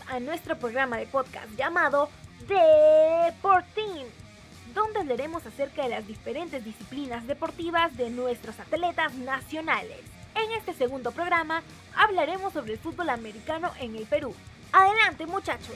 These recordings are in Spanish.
a nuestro programa de podcast llamado Deportín, donde hablaremos acerca de las diferentes disciplinas deportivas de nuestros atletas nacionales. En este segundo programa hablaremos sobre el fútbol americano en el Perú. ¡Adelante, muchachos!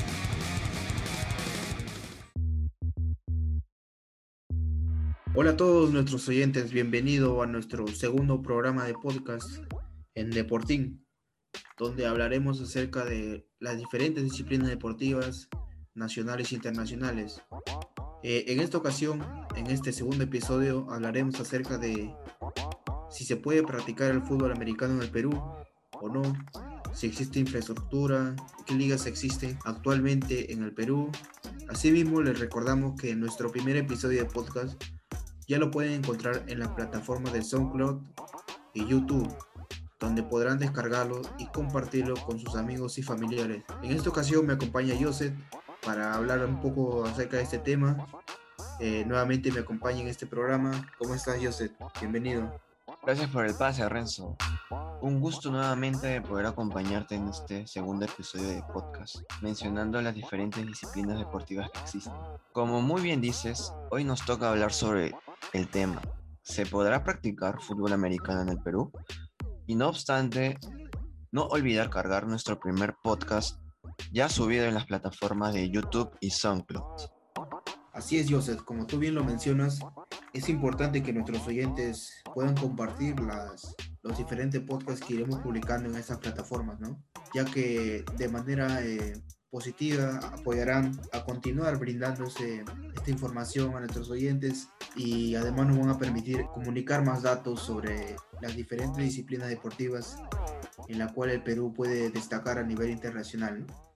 Hola a todos nuestros oyentes, bienvenido a nuestro segundo programa de podcast en Deportín, donde hablaremos acerca de las diferentes disciplinas deportivas nacionales e internacionales. En esta ocasión, en este segundo episodio, hablaremos acerca de si se puede practicar el fútbol americano en el Perú o no, si existe infraestructura, qué ligas existen actualmente en el Perú. Asimismo, les recordamos que en nuestro primer episodio de podcast ya lo pueden encontrar en las plataformas de SoundCloud y YouTube, donde podrán descargarlo y compartirlo con sus amigos y familiares. En esta ocasión me acompaña Joseph para hablar un poco acerca de este tema. Nuevamente me acompaña en este programa. ¿Cómo estás, Joseph? Bienvenido. Gracias por el pase, Renzo. Un gusto nuevamente poder acompañarte en este segundo episodio de podcast, mencionando las diferentes disciplinas deportivas que existen. Como muy bien dices, hoy nos toca hablar sobre el tema. ¿Se podrá practicar fútbol americano en el Perú? Y no obstante, no olvidar cargar nuestro primer podcast ya subido en las plataformas de YouTube y SoundCloud. Así es, Joseph, como tú bien lo mencionas, es importante que nuestros oyentes puedan compartir los diferentes podcasts que iremos publicando en estas plataformas, ¿no? Ya que de manera positiva apoyarán a continuar brindándose esta información a nuestros oyentes y además nos van a permitir comunicar más datos sobre las diferentes disciplinas deportivas en la cual el Perú puede destacar a nivel internacional, ¿no?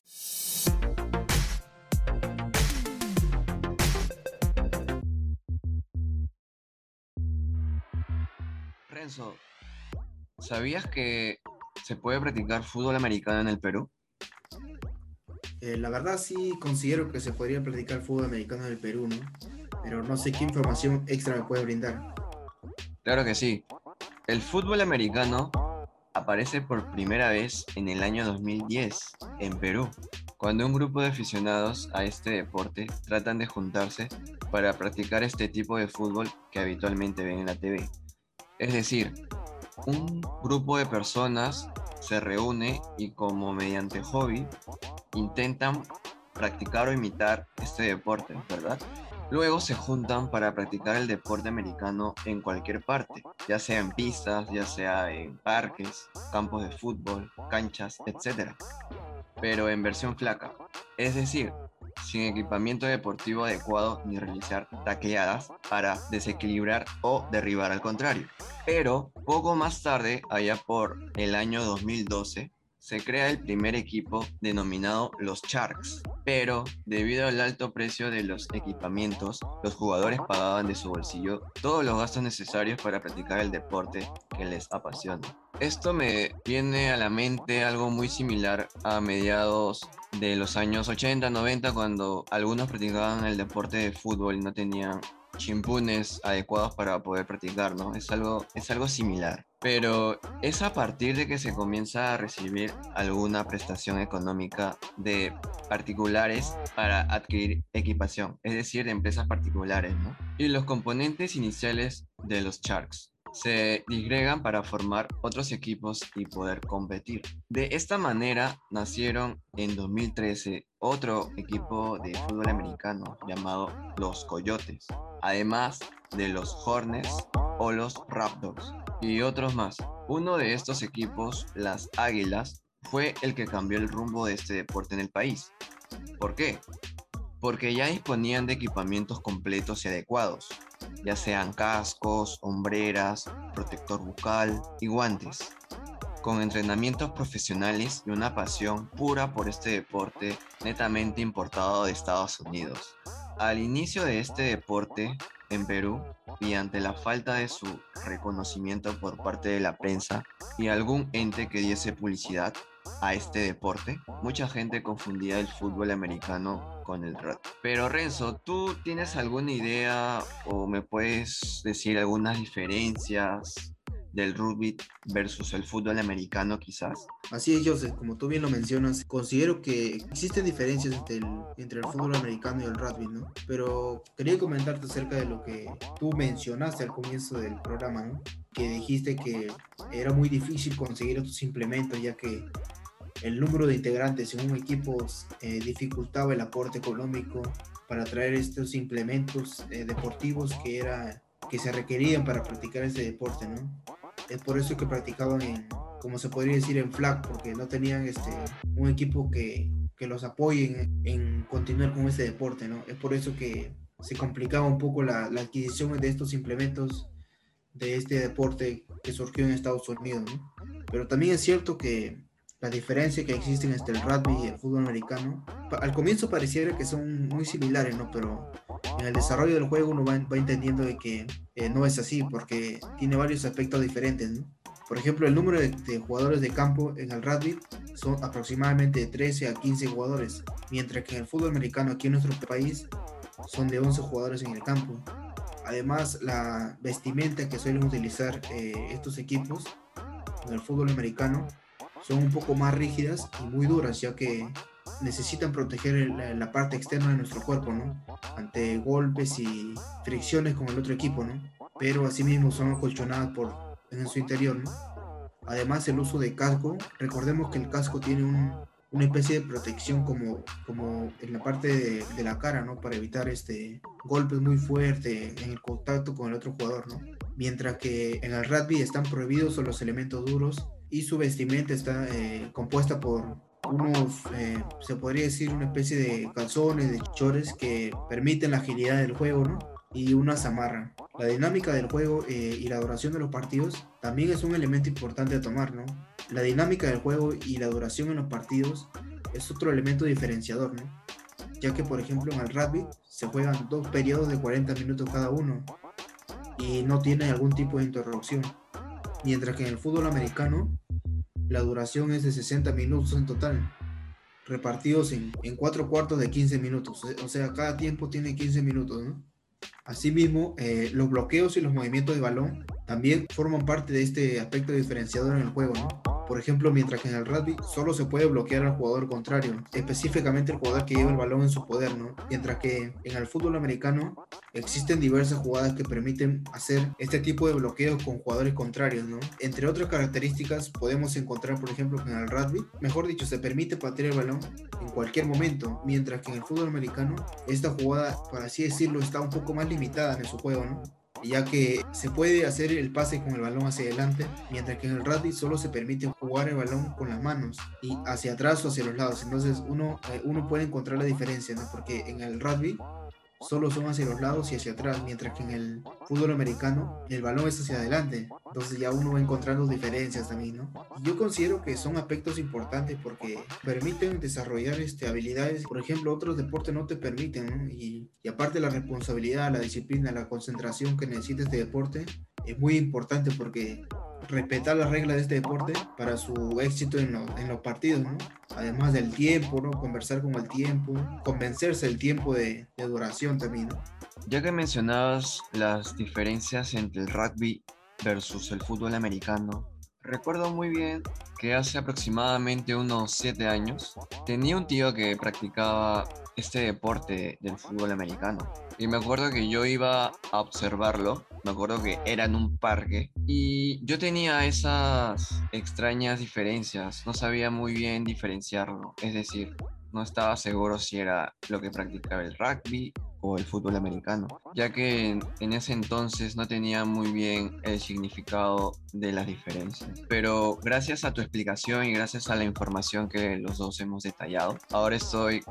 Renzo, ¿sabías que se puede practicar fútbol americano en el Perú? La verdad sí considero que se podría practicar fútbol americano en el Perú, ¿no? Pero no sé qué información extra me puede brindar. Claro que sí. El fútbol americano aparece por primera vez en el año 2010 en Perú, cuando un grupo de aficionados a este deporte tratan de juntarse para practicar este tipo de fútbol que habitualmente ven en la TV. Es decir, un grupo de personas se reúne y como mediante hobby intentan practicar o imitar este deporte, ¿verdad? Luego se juntan para practicar el deporte americano en cualquier parte, ya sea en pistas, ya sea en parques, campos de fútbol, canchas, etc. Pero en versión flaca, es decir, sin equipamiento deportivo adecuado ni realizar tacleadas para desequilibrar o derribar al contrario. Pero poco más tarde, allá por el año 2012, se crea el primer equipo denominado los Sharks, pero debido al alto precio de los equipamientos, los jugadores pagaban de su bolsillo todos los gastos necesarios para practicar el deporte que les apasiona. Esto me viene a la mente algo muy similar a mediados de los años 80, 90, cuando algunos practicaban el deporte de fútbol y no tenían chimpunes adecuados para poder practicar, ¿no? Es algo similar. Pero es a partir de que se comienza a recibir alguna prestación económica de particulares para adquirir equipación, es decir, de empresas particulares, ¿no? Y los componentes iniciales de los Sharks se disgregan para formar otros equipos y poder competir. De esta manera nacieron en 2013 otro equipo de fútbol americano llamado los Coyotes, además de los Hornets o los Raptors y otros más. Uno de estos equipos, las Águilas, fue el que cambió el rumbo de este deporte en el país. ¿Por qué? Porque ya disponían de equipamientos completos y adecuados, ya sean cascos, hombreras, protector bucal y guantes, con entrenamientos profesionales y una pasión pura por este deporte netamente importado de Estados Unidos. Al inicio de este deporte en Perú, y ante la falta de su reconocimiento por parte de la prensa y algún ente que diese publicidad a este deporte, mucha gente confundía el fútbol americano con el rugby. Pero Renzo, ¿tú tienes alguna idea o me puedes decir algunas diferencias del rugby versus el fútbol americano quizás? Así es, Joseph, como tú bien lo mencionas, considero que existen diferencias entre el fútbol americano y el rugby, ¿no? Pero quería comentarte acerca de lo que tú mencionaste al comienzo del programa, ¿no? Que dijiste que era muy difícil conseguir estos implementos, ya que el número de integrantes en un equipo dificultaba el aporte económico para traer estos implementos deportivos que se requerían para practicar ese deporte, ¿no? Es por eso que practicaban como se podría decir, en flag, porque no tenían un equipo que los apoye en continuar con este deporte, ¿no? Es por eso que se complicaba un poco la adquisición de estos implementos de este deporte que surgió en Estados Unidos, ¿no? Pero también es cierto que la diferencia que existe entre el rugby y el fútbol americano, al comienzo pareciera que son muy similares, ¿no? Pero en el desarrollo del juego uno va entendiendo de que no es así, porque tiene varios aspectos diferentes, ¿no? Por ejemplo, el número de jugadores de campo en el rugby son aproximadamente de 13 a 15 jugadores, mientras que en el fútbol americano aquí en nuestro país son de 11 jugadores en el campo. Además, la vestimenta que suelen utilizar estos equipos en el fútbol americano son un poco más rígidas y muy duras, ya que necesitan proteger la parte externa de nuestro cuerpo, ¿no? Ante golpes y fricciones con el otro equipo, ¿no? Pero asimismo son acolchonadas en su interior, ¿no? Además, el uso de casco, recordemos que el casco tiene una especie de protección como en la parte de la cara, ¿no? Para evitar golpes muy fuertes en el contacto con el otro jugador, ¿no? Mientras que en el rugby están prohibidos los elementos duros y su vestimenta está compuesta por unos, se podría decir, una especie de calzones, de chores que permiten la agilidad del juego, ¿no? Y una zamarra. La dinámica del juego y la duración de los partidos también es un elemento importante a tomar, ¿no? La dinámica del juego y la duración en los partidos es otro elemento diferenciador, ¿no? Ya que, por ejemplo, en el rugby se juegan 2 periodos de 40 minutos cada uno y no tiene algún tipo de interrupción. Mientras que en el fútbol americano la duración es de 60 minutos en total, repartidos en 4 cuartos de 15 minutos. O sea, cada tiempo tiene 15 minutos, ¿no? Asimismo, los bloqueos y los movimientos de balón también forman parte de este aspecto diferenciador en el juego, ¿no? Por ejemplo, mientras que en el rugby solo se puede bloquear al jugador contrario, específicamente el jugador que lleva el balón en su poder, ¿no? Mientras que en el fútbol americano existen diversas jugadas que permiten hacer este tipo de bloqueos con jugadores contrarios, ¿no? Entre otras características podemos encontrar, por ejemplo, que en el rugby, mejor dicho, se permite patear el balón en cualquier momento, mientras que en el fútbol americano esta jugada, por así decirlo, está un poco más limitada en su juego, ¿no? Ya que se puede hacer el pase con el balón hacia adelante, mientras que en el rugby solo se permite jugar el balón con las manos y hacia atrás o hacia los lados. Entonces uno puede encontrar la diferencia, ¿no? Porque en el rugby solo son hacia los lados y hacia atrás, mientras que en el fútbol americano el balón es hacia adelante. Entonces ya uno va encontrando diferencias también, ¿no? Y yo considero que son aspectos importantes porque permiten desarrollar habilidades. Por ejemplo, otros deportes no te permiten, ¿no? Y aparte la responsabilidad, la disciplina, la concentración que necesita este deporte es muy importante porque respetar las reglas de este deporte para su éxito en los partidos, ¿no? Además del tiempo, ¿no? Conversar con el tiempo, convencerse del tiempo de duración también, ¿no? Ya que mencionabas las diferencias entre el rugby versus el fútbol americano, recuerdo muy bien que hace aproximadamente unos 7 años tenía un tío que practicaba este deporte del fútbol americano. Y me acuerdo que yo iba a observarlo, me acuerdo que era en un parque y yo tenía esas extrañas diferencias, no sabía muy bien diferenciarlo, es decir, no estaba seguro si era lo que practicaba el rugby o el fútbol americano, ya que en ese entonces no tenía muy bien el significado de las diferencias. Pero gracias a tu explicación y gracias a la información que los dos hemos detallado, ahora estoy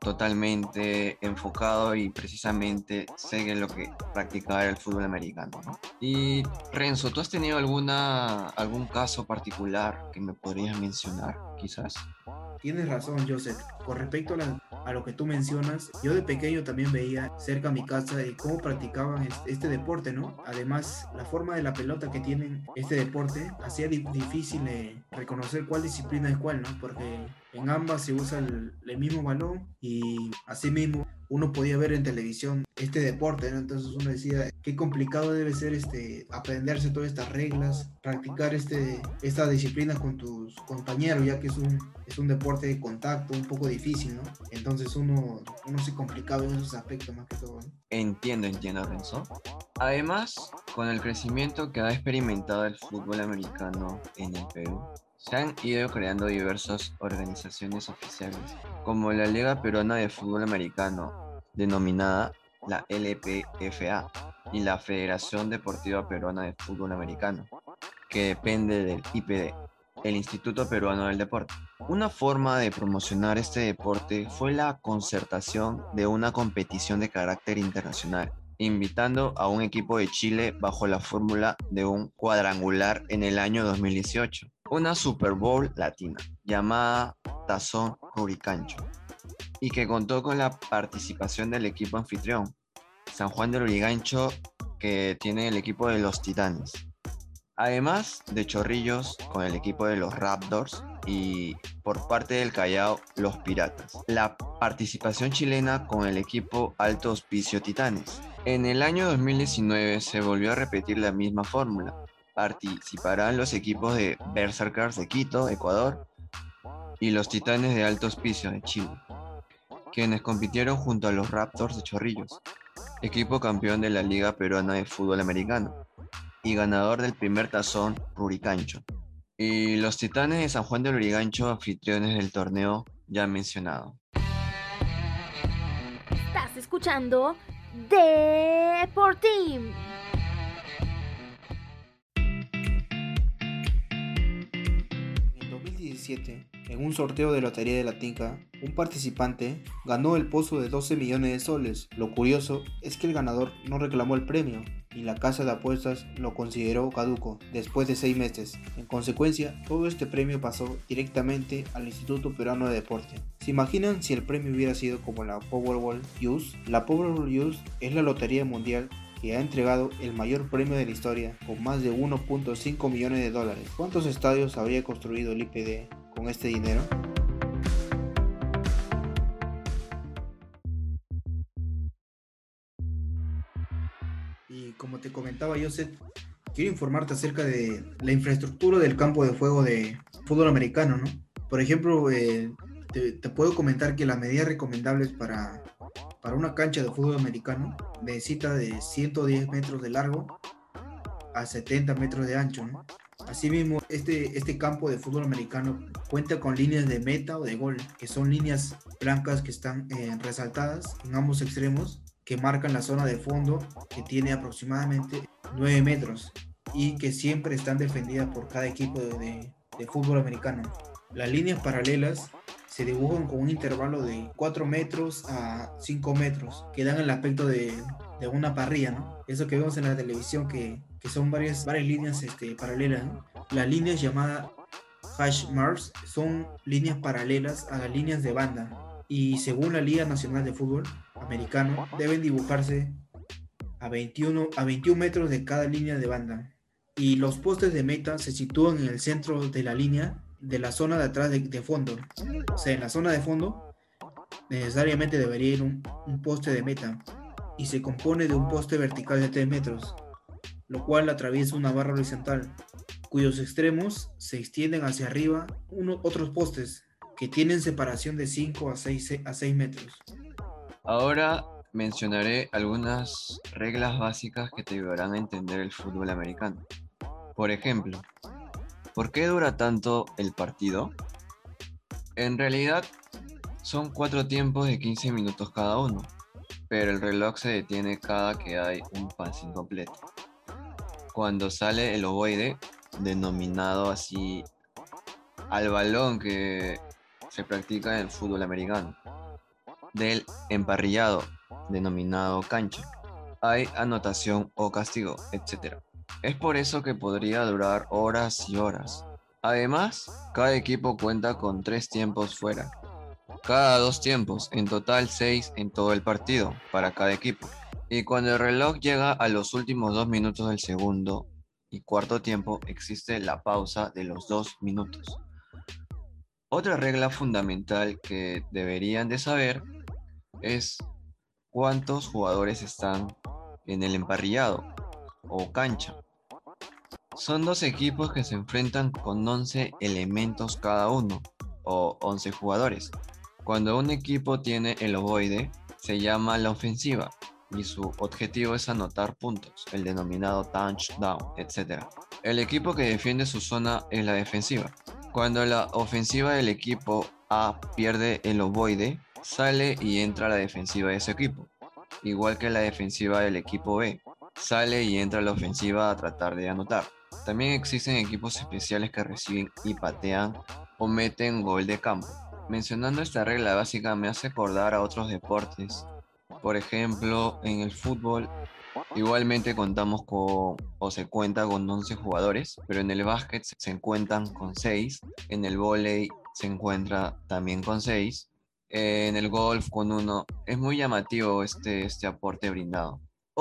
totalmente enfocado y precisamente sé que lo que practicaba era el fútbol americano, ¿no? Y Renzo, ¿tú has tenido algún caso particular que me podrías mencionar, quizás? Tienes razón, Joseph. Con respecto a lo que tú mencionas, yo de pequeño también veía cerca a mi casa cómo practicaban este deporte, ¿no? Además, la forma de la pelota que tienen este deporte hacía difícil reconocer cuál disciplina es cuál, ¿no? Porque En ambas se usa el mismo balón y asimismo uno podía ver en televisión este deporte, ¿no? Entonces uno decía, qué complicado debe ser aprenderse todas estas reglas, practicar esta disciplina con tus compañeros, ya que es un deporte de contacto un poco difícil, ¿no? Entonces uno se complicaba en esos aspectos más que todo, ¿no? Entiendo, Renzo. Además, con el crecimiento que ha experimentado el fútbol americano en el Perú, se han ido creando diversas organizaciones oficiales, como la Liga Peruana de Fútbol Americano, denominada la LPFA, y la Federación Deportiva Peruana de Fútbol Americano, que depende del IPD, el Instituto Peruano del Deporte. Una forma de promocionar este deporte fue la concertación de una competición de carácter internacional, invitando a un equipo de Chile bajo la fórmula de un cuadrangular en el año 2018, una Super Bowl latina llamada Tazón Ruricancho, y que contó con la participación del equipo anfitrión, San Juan de Lurigancho, que tiene el equipo de los Titanes. Además de Chorrillos con el equipo de los Raptors y por parte del Callao los Piratas. La participación chilena con el equipo Alto Hospicio Titanes. En el año 2019 se volvió a repetir la misma fórmula. Participarán los equipos de Berserkers de Quito, Ecuador, y los Titanes de Alto Hospicio de Chile, quienes compitieron junto a los Raptors de Chorrillos, equipo campeón de la Liga Peruana de Fútbol Americano y ganador del primer tazón Ruricancho, y los Titanes de San Juan de Lurigancho, anfitriones del torneo ya mencionado. Estás escuchando Deporteam. En 2017, en un sorteo de Lotería de la Tinca, un participante ganó el pozo de 12 millones de soles. Lo curioso es que el ganador no reclamó el premio y la casa de apuestas lo consideró caduco después de 6 meses. En consecuencia, todo este premio pasó directamente al Instituto Peruano de Deporte. ¿Se imaginan si el premio hubiera sido como la Powerball Use? La Powerball Use es la lotería mundial que ha entregado el mayor premio de la historia, con más de 1.5 millones de dólares. ¿Cuántos estadios habría construido el IPD con este dinero? Y como te comentaba, Joseph, quiero informarte acerca de la infraestructura del campo de juego de fútbol americano, ¿no? Por ejemplo, te puedo comentar que las medidas recomendables para una cancha de fútbol americano necesita de 110 metros de largo a 70 metros de ancho, ¿no? Asimismo, este campo de fútbol americano cuenta con líneas de meta o de gol, que son líneas blancas que están resaltadas en ambos extremos, que marcan la zona de fondo, que tiene aproximadamente 9 metros y que siempre están defendidas por cada equipo de fútbol americano. Las líneas paralelas se dibujan con un intervalo de 4 metros a 5 metros, que dan el aspecto de una parrilla, ¿no? Eso que vemos en la televisión, que son varias líneas paralelas, ¿no? Las líneas llamadas hash marks son líneas paralelas a las líneas de banda y según la Liga Nacional de Fútbol Americano deben dibujarse a 21 metros de cada línea de banda, y los postes de meta se sitúan en el centro de la línea de la zona de atrás de fondo. O sea, en la zona de fondo necesariamente debería ir un poste de meta y se compone de un poste vertical de 3 metros, lo cual atraviesa una barra horizontal cuyos extremos se extienden hacia arriba otros postes que tienen separación de 5 a 6 metros. Ahora mencionaré algunas reglas básicas que te ayudarán a entender el fútbol americano. Por ejemplo, ¿por qué dura tanto el partido? En realidad son 4 tiempos de 15 minutos cada uno, pero el reloj se detiene cada que hay un pase incompleto. Cuando sale el ovoide, denominado así al balón que se practica en el fútbol americano, del emparrillado, denominado cancha, hay anotación o castigo, etc. Es por eso que podría durar horas y horas. Además, cada equipo cuenta con 3 tiempos fuera, cada 2 tiempos, en total 6 en todo el partido para cada equipo. Y cuando el reloj llega a los últimos 2 minutos del segundo y cuarto tiempo, existe la pausa de los 2 minutos. Otra regla fundamental que deberían de saber es cuántos jugadores están en el emparrillado o cancha. Son dos equipos que se enfrentan con 11 elementos cada uno, o 11 jugadores. Cuando un equipo tiene el ovoide, se llama la ofensiva, y su objetivo es anotar puntos, el denominado touchdown, etc. El equipo que defiende su zona es la defensiva. Cuando la ofensiva del equipo A pierde el ovoide, sale y entra la defensiva de ese equipo, igual que la defensiva del equipo B. Sale y entra la ofensiva a tratar de anotar. También existen equipos especiales que reciben y patean o meten gol de campo. Mencionando esta regla básica me hace acordar a otros deportes. Por ejemplo, en el fútbol igualmente contamos con o se cuenta con 11 jugadores, pero en el básquet se encuentran con 6, en el vóley se encuentra también con 6, en el golf con 1. Es muy llamativo este aporte brindado.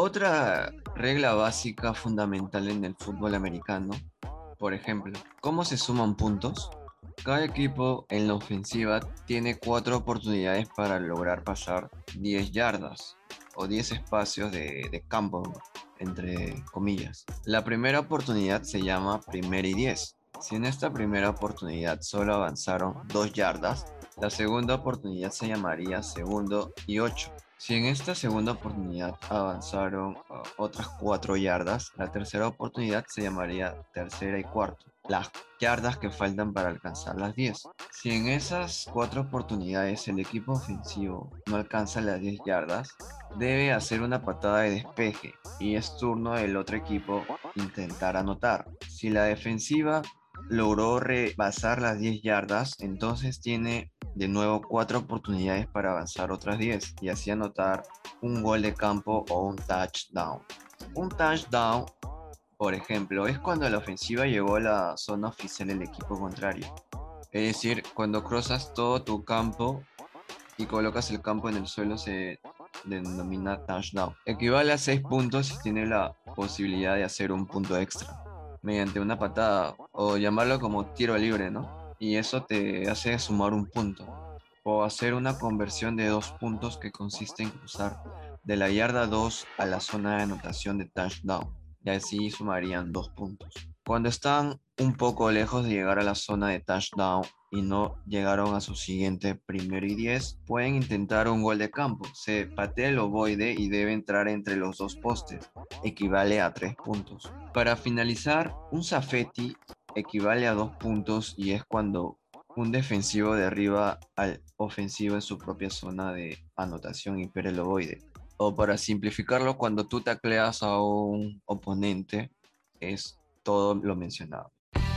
Otra regla básica fundamental en el fútbol americano, por ejemplo, ¿cómo se suman puntos? Cada equipo en la ofensiva tiene 4 oportunidades para lograr pasar 10 yardas o 10 espacios de campo, entre comillas. La primera oportunidad se llama primera y 10. Si en esta primera oportunidad solo avanzaron 2 yardas, la segunda oportunidad se llamaría segundo y 8. Si en esta segunda oportunidad avanzaron otras 4 yardas, la tercera oportunidad se llamaría tercera y cuarto. Las yardas que faltan para alcanzar las 10. Si en esas 4 oportunidades el equipo ofensivo no alcanza las 10 yardas, debe hacer una patada de despeje y es turno del otro equipo intentar anotar. Si la defensiva logró rebasar las 10 yardas, entonces tiene de nuevo 4 oportunidades para avanzar otras 10 y así anotar un gol de campo o un touchdown. Un touchdown, por ejemplo, es cuando la ofensiva llegó a la zona oficial del equipo contrario. Es decir, cuando cruzas todo tu campo y colocas el campo en el suelo se denomina touchdown. Equivale a 6 puntos y tiene la posibilidad de hacer un punto extra mediante una patada o llamarlo como tiro libre, ¿no? Y eso te hace sumar un punto o hacer una conversión de 2 puntos que consiste en cruzar de la yarda 2 a la zona de anotación de touchdown y así sumarían 2 puntos. Cuando están un poco lejos de llegar a la zona de touchdown y no llegaron a su siguiente primero y 10, pueden intentar un gol de campo. Se patea el ovoide y debe entrar entre los dos postes. Equivale a 3 puntos. Para finalizar, un safety equivale a 2 puntos y es cuando un defensivo derriba al ofensivo en su propia zona de anotación y pierde el ovoide. O para simplificarlo, cuando tú tacleas a un oponente, es todo lo mencionado.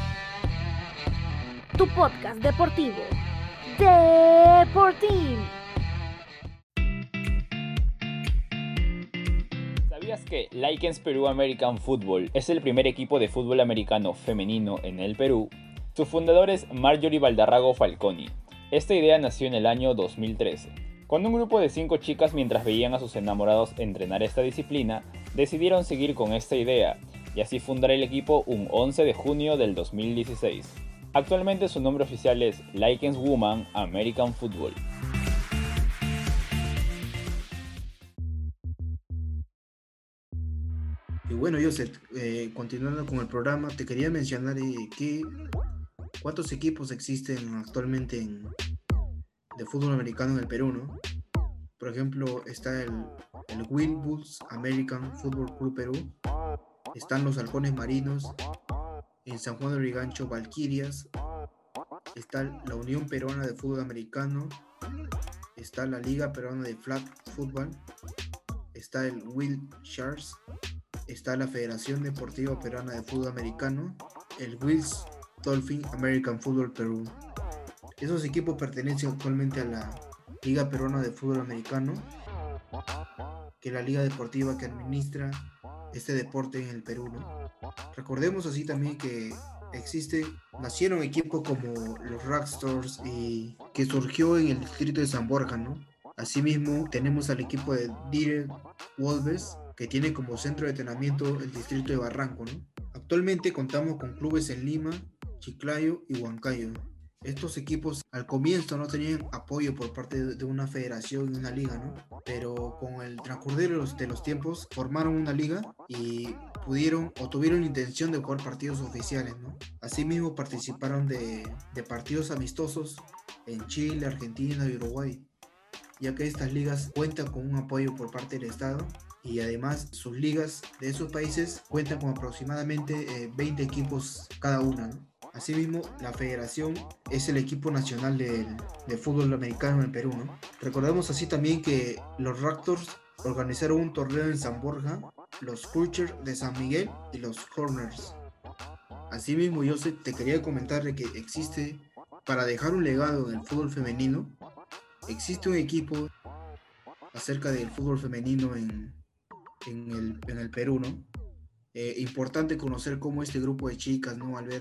Tu podcast deportivo, Deportín. ¿Sabías que Likens Perú American Football es el primer equipo de fútbol americano femenino en el Perú? Su fundador es Marjorie Valdarrago Falconi. Esta idea nació en el año 2013, cuando un grupo de 5 chicas, mientras veían a sus enamorados entrenar esta disciplina, decidieron seguir con esta idea y así fundar el equipo un 11 de junio del 2016. Actualmente su nombre oficial es Likens Women American Football. Y bueno, Joseph, continuando con el programa, te quería mencionar cuántos equipos existen actualmente de fútbol americano en el Perú, ¿no? Por ejemplo, está el Wild Bulls American Football Club Perú, están los Halcones Marinos, en San Juan de Lurigancho, Valquirias, está la Unión Peruana de Fútbol Americano, está la Liga Peruana de Flag Football, está el Wild Sharks, está la Federación Deportiva Peruana de Fútbol Americano, el Wills Dolphin American Football Perú. Esos equipos pertenecen actualmente a la Liga Peruana de Fútbol Americano, que es la liga deportiva que administra este deporte en el Perú, ¿no? Recordemos así también que nacieron equipos como los Rockstars y que surgió en el distrito de San Borja, ¿no? Asimismo tenemos al equipo de Dire Wolves, que tiene como centro de entrenamiento el distrito de Barranco, ¿no? Actualmente contamos con clubes en Lima, Chiclayo y Huancayo. Estos equipos al comienzo no tenían apoyo por parte de una federación y una liga, ¿no? Pero con el transcurrir de los tiempos formaron una liga y tuvieron la intención de jugar partidos oficiales, ¿no? Asimismo participaron de partidos amistosos en Chile, Argentina y Uruguay, ya que estas ligas cuentan con un apoyo por parte del Estado y además sus ligas de esos países cuentan con aproximadamente 20 equipos cada una, ¿no? Asimismo, la federación es el equipo nacional de fútbol americano en Perú, ¿no? Recordemos así también que los Raptors organizaron un torneo en San Borja, los Cruchers de San Miguel y los Horners. Asimismo, yo te quería comentar de que existe, para dejar un legado en el fútbol femenino, existe un equipo acerca del fútbol femenino en el Perú, ¿no? Importante conocer cómo este grupo de chicas, ¿no? Al ver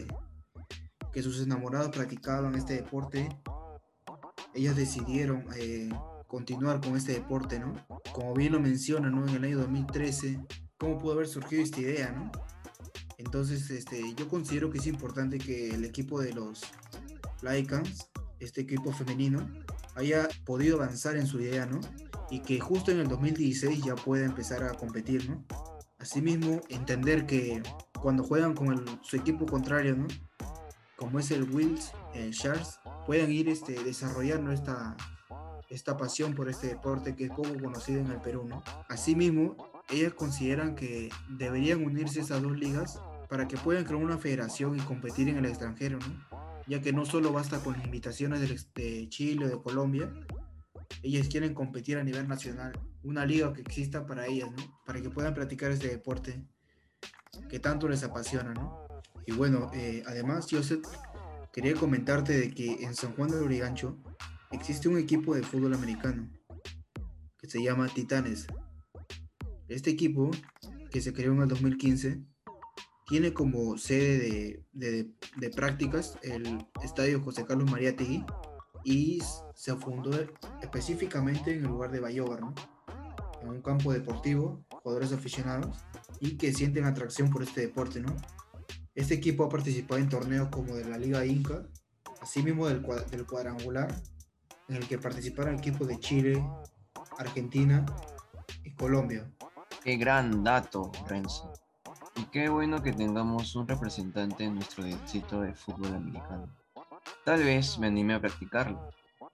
que sus enamorados practicaban este deporte, ellas decidieron continuar con este deporte, ¿no? Como bien lo menciona, ¿no? En el año 2013, ¿cómo pudo haber surgido esta idea, ¿no? Entonces, yo considero que es importante que el equipo de los Lycans, este equipo femenino, haya podido avanzar en su idea, ¿no? Y que justo en el 2016 ya pueda empezar a competir, ¿no? Asimismo, entender que cuando juegan con su equipo contrario, ¿no? Como es el Wills, el Sharks, puedan ir desarrollando esta pasión por este deporte que es poco conocido en el Perú, ¿no? Asimismo, ellas consideran que deberían unirse esas dos ligas para que puedan crear una federación y competir en el extranjero, ¿no? Ya que no solo basta con las invitaciones de Chile o de Colombia, ellas quieren competir a nivel nacional, una liga que exista para ellas, ¿no? Para que puedan practicar este deporte que tanto les apasiona, ¿no? Y bueno, además, Joseph, quería comentarte de que en San Juan de Lurigancho existe un equipo de fútbol americano que se llama Titanes. Este equipo, que se creó en el 2015, tiene como sede de prácticas el Estadio José Carlos Mariátegui y se fundó específicamente en el lugar de Bayobar, ¿no? En un campo deportivo, jugadores aficionados y que sienten atracción por este deporte, ¿no? Este equipo ha participado en torneos como de la Liga Inca, asimismo del cuadrangular, en el que participaron equipos de Chile, Argentina y Colombia. Qué gran dato, Renzo. Y qué bueno que tengamos un representante en nuestro distrito de fútbol americano. Tal vez me anime a practicarlo.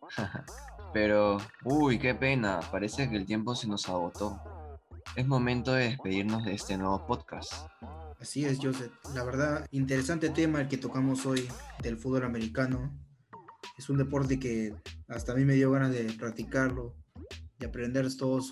Pero, uy, qué pena, parece que el tiempo se nos agotó. Es momento de despedirnos de este nuevo podcast. Así es, Joseph. La verdad, interesante tema el que tocamos hoy del fútbol americano. Es un deporte que hasta a mí me dio ganas de practicarlo, de aprender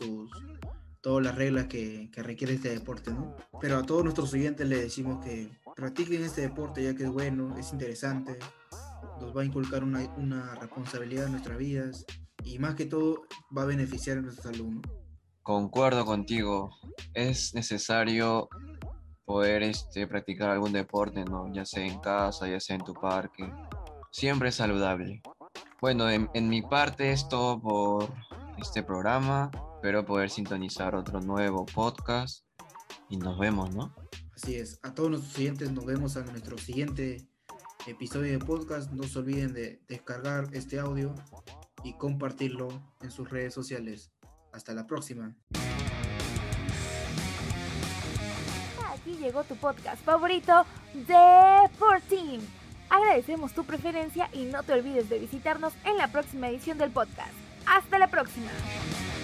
todas las reglas que requiere este deporte, ¿no? Pero a todos nuestros oyentes les decimos que practiquen este deporte ya que es bueno, es interesante, nos va a inculcar una responsabilidad en nuestras vidas y más que todo va a beneficiar a nuestra salud, ¿no? Concuerdo contigo, es necesario poder practicar algún deporte, ¿no? Ya sea en casa, ya sea en tu parque. Siempre es saludable. Bueno, en mi parte es todo por este programa. Espero poder sintonizar otro nuevo podcast y nos vemos, ¿no? Así es. A todos nuestros oyentes nos vemos en nuestro siguiente episodio de podcast. No se olviden de descargar este audio y compartirlo en sus redes sociales. Hasta la próxima. Aquí llegó tu podcast favorito, Deporteam. Agradecemos tu preferencia y no te olvides de visitarnos en la próxima edición del podcast. ¡Hasta la próxima!